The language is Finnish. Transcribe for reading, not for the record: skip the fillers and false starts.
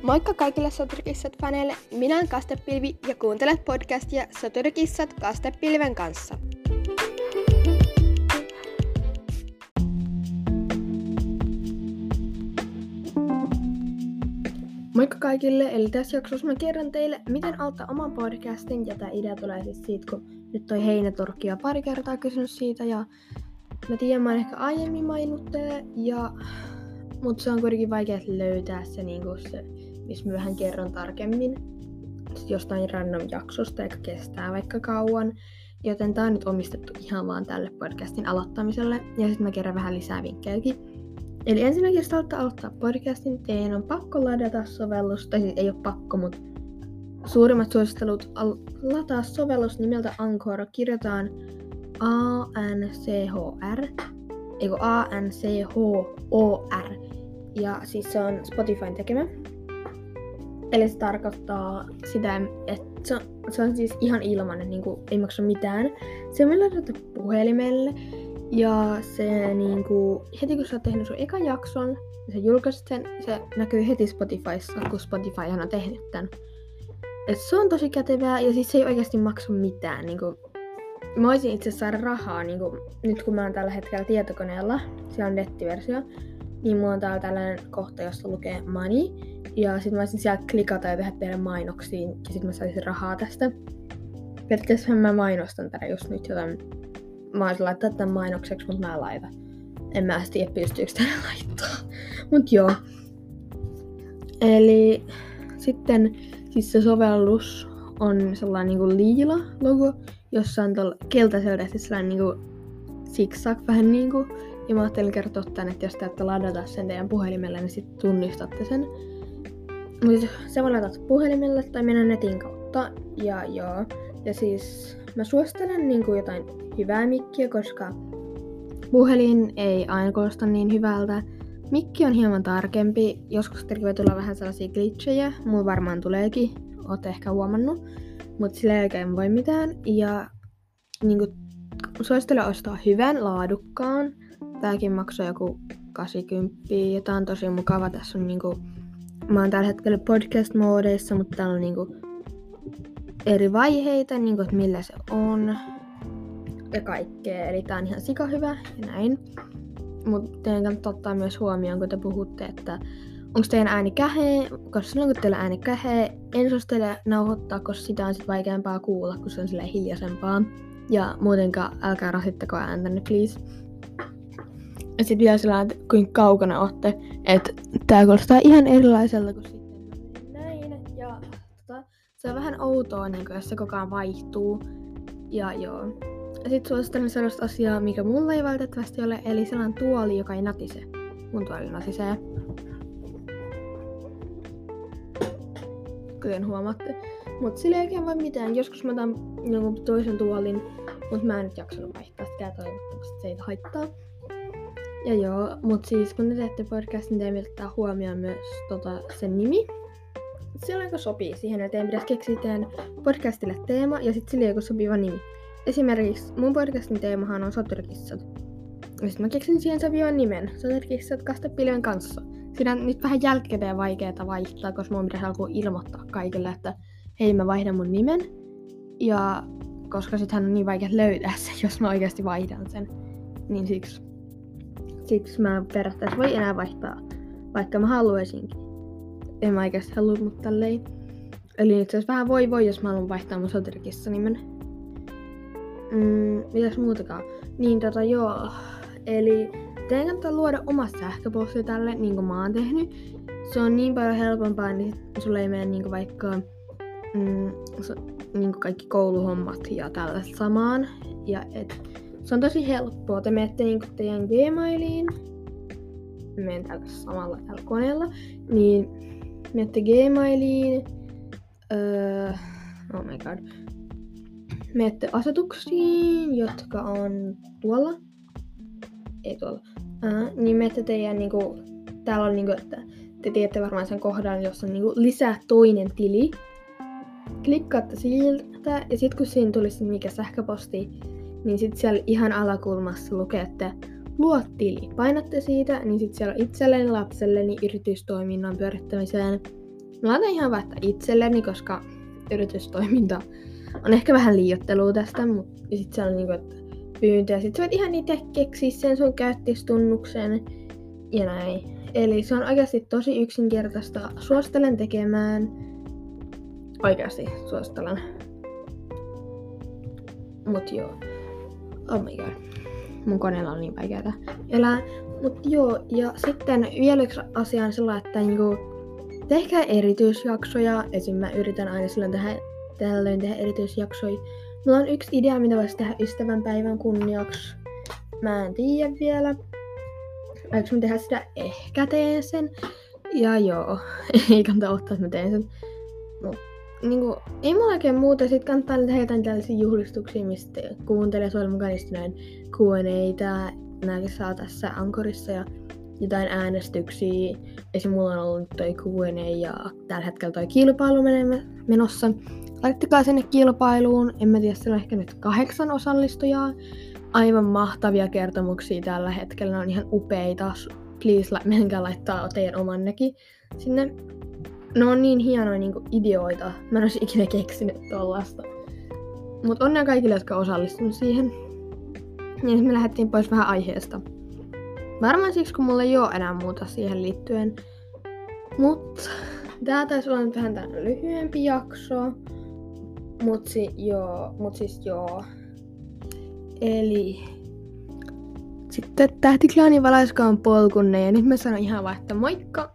Moikka kaikille Soturikissat-faneille, minä olen Kastepilvi ja kuuntelet podcastia Soturikissat Kastepilven kanssa. Moikka kaikille, eli tässä jaksossa mä kerron teille, miten aloittaa oman podcastin, ja tää idea tulee siis siitä, kun nyt toi Heinäturkki on pari kertaa kysynyt siitä, ja mä tiedän, mä oon ehkä aiemmin maininnut mutta se on kuitenkin vaikea löytää se, missä mä vähän kerron tarkemmin jostain random jaksosta, joka kestää vaikka kauan. Joten tää on nyt omistettu ihan vaan tälle podcastin aloittamiselle, ja sitten mä kerron vähän lisää vinkkejäkin. Eli ensinnäkin, jos haluat aloittaa podcastin, teidän on pakko ladata sovellus, tai siis ei ole pakko, mutta suurimmat suosittelut lataa sovellus nimeltä Anchor, kirjoitaan ANCHR, ja siis se on Spotifyn tekemä. Eli se tarkoittaa sitä, että se on siis ihan ilmainen, ei maksa mitään. Se on ladattu puhelimelle, ja se heti kun sä oot tehnyt sun ekan jakson, ja sä julkaiset sen, se näkyy heti Spotifyssa, kun Spotifyhan on tehnyt tän. Et se on tosi kätevää, ja siis se ei oikeasti maksa mitään. Mä voisin itse saada rahaa, nyt kun mä oon tällä hetkellä tietokoneella, siellä on nettiversio, niin mulla on täällä tällainen kohta, jossa lukee money, ja sit mä voisin siellä klikata ja tehdä teille mainoksiin, ja sit mä saisin rahaa tästä. Periaatteessa mä mainostan tätä just nyt, joten mä voisin laittaa tämän mainokseksi, mutta mä en laita. En mä tiedä, pystyykö tänne laittaa. Mut joo. Eli sitten siis se sovellus on sellainen liila logo, jossa on tuolla keltaisella tehty sellainen zigzag vähän ja mä ajattelin kertoa tän, että jos te ette ladata sen teidän puhelimelle, niin sit tunnistatte sen. Mutta se voi ladata puhelimelle tai mennä netin kautta. Ja siis mä suosittelen jotain hyvää mikkiä, koska puhelin ei aina kuulosta niin hyvältä. Mikki on hieman tarkempi. Joskus voi tulla vähän sellaisia glitchejä. Mulla varmaan tuleekin. Ootte ehkä huomannut. Mutta sillä ei oikein voi mitään. Ja suosittelen ostaa hyvän, laadukkaan. Tääkin maksaa joku 80. Ja tää on tosi mukava. Tässä on mä oon tällä hetkellä podcast-moodeissa, mutta täällä on eri vaiheita, että millä se on. Ja kaikkea. Eli tää on ihan sika hyvä ja näin. Mutta teidän kannattaa ottaa myös huomioon, kun te puhutte, että onko teidän ääni käheä, koska silloin kun teillä ääni käheä, en suosittele nauhoittaa, koska sitä on sit vaikeampaa kuulla, kun se on silleen hiljaisempaa. Ja muutenkaan älkää rasittako ääntänne, please. Ja sit vielä sellainen, kuinka kaukana ootte, että tää kuulostaa ihan erilaiselta kuin sitten näin. Ja se on vähän outoa, jos se koko ajan vaihtuu. Ja joo. Ja sit suosittelen sellaista asiaa, mikä mulla ei valitettavasti ole, eli sellainen tuoli, joka ei natise. Mun tuoli natisee. Kuten huomaatte. Mut sillä ei oikein voi mitään. Joskus mä otan jonkun toisen tuolin, mut mä en nyt jaksanut vaihtaa sitä, toivottavasti se ei haittaa. Ja joo, mut siis kun te teette podcastin, teidän pitää ottaa huomioon myös sen nimi. Siellä aika sopii siihen, että teidän pitäisi keksiä teidän podcastille teema ja sit sille joku sopiva nimi. Esimerkiksi mun podcastin teemahan on Soturikissat. Ja sit mä keksin siihen sopivan nimen. Soturikissat Kastepilven kanssa. Siinä on nyt vähän jälkikäteen vaikeeta vaihtaa, koska mun pitäisi alkaa ilmoittaa kaikille, että hei, mä vaihdan mun nimen. Ja koska sittenhän on niin vaikea löytää se, jos mä oikeasti vaihdan sen. Niin siksi mä periaatteessa voi enää vaihtaa, vaikka mä haluaisinkin. En mä oikeasti halua, mutta tälleen. Eli nyt se olisi vähän voi, jos mä haluan vaihtaa mun Soturikissa-nimen. Mitäs muutakaan? Niin joo. Eli teidän kannattaa luoda oma sähköposti tälle, niin kuin mä oon tehnyt. Se on niin paljon helpompaa, niin sulle ei mene vaikka kaikki kouluhommat ja tällaiset samaan. Ja se on tosi helppoa. Te menette teidän Gmailiin. Menen tällä samalla tällä koneella. Niin menette Gmailiin. Oh my god. Menette asetuksiin, jotka on tuolla. Ei tuolla. Niin menette teidän täällä on että te tiedätte varmaan sen kohdan, jossa on lisää toinen tili. Klikkaatte siltä ja sit kun siinä tulisi mikä sähköposti, niin sit siellä ihan alakulmassa lukee, että luo tili. Painatte siitä, niin sit siellä on itselleni, lapselleni, yritystoiminnan pyörittämiseen. Mä laitan ihan vaikka itselleni, koska yritystoiminta on ehkä vähän liioittelua tästä, mutta sit se on niinku, että pyyntö ja sit sä voit ihan itse keksiä sen sun käyttöistunnuksen ja näin. Eli se on oikeasti tosi yksinkertaista. Suosittelen tekemään. Oikeasti suosittelen. Mut joo. Oh my god. Mun koneella on niin vaikeeta elää. Mut joo, ja sitten vielä yksi asia on sellainen, että niinku, tehkää erityisjaksoja. Esim. Mä yritän aina silloin tällöin tehdä erityisjaksoja. Mulla on yksi idea, mitä voisi tehdä ystävänpäivän kunniaksi. Mä en tiedä vielä. Aiks mä tehdä sitä? Ehkä teen sen. Ja joo, ei kannata ottaa, että mä teen sen. Mut niinku, ei mulla oikein muuta. Sit kannattaa tehdä jotain tällaisia juhlistuksia, mistä kuuntelee suojelun mukaan näin Q&A:tä. Nääkin saa tässä Ankorissa ja jotain äänestyksiä. Esim. Mulla on ollut toi Q&A ja tällä hetkellä toi kilpailu menossa. Laittakaa sinne kilpailuun. En mä tiedä, siellä on ehkä nyt 8 osallistujaa. Aivan mahtavia kertomuksia tällä hetkellä. Ne on ihan upeita. Please, menkää laittaa teidän omannekin sinne. Ne on niin hienoja niinku ideoita. Mä en olisi ikinä keksinyt tollaista. Mut onnea kaikille, jotka on osallistunut siihen. Ja me lähdettiin pois vähän aiheesta. Varmaan siksi, kun mulla ei oo enää muuta siihen liittyen. Mut tää taisi olla nyt vähän tämmönen lyhyempi jakso. Mut siis joo. Eli sitten Tähtiklaanin valaiskaan polkunne ja nyt mä sanon ihan vaan, että moikka!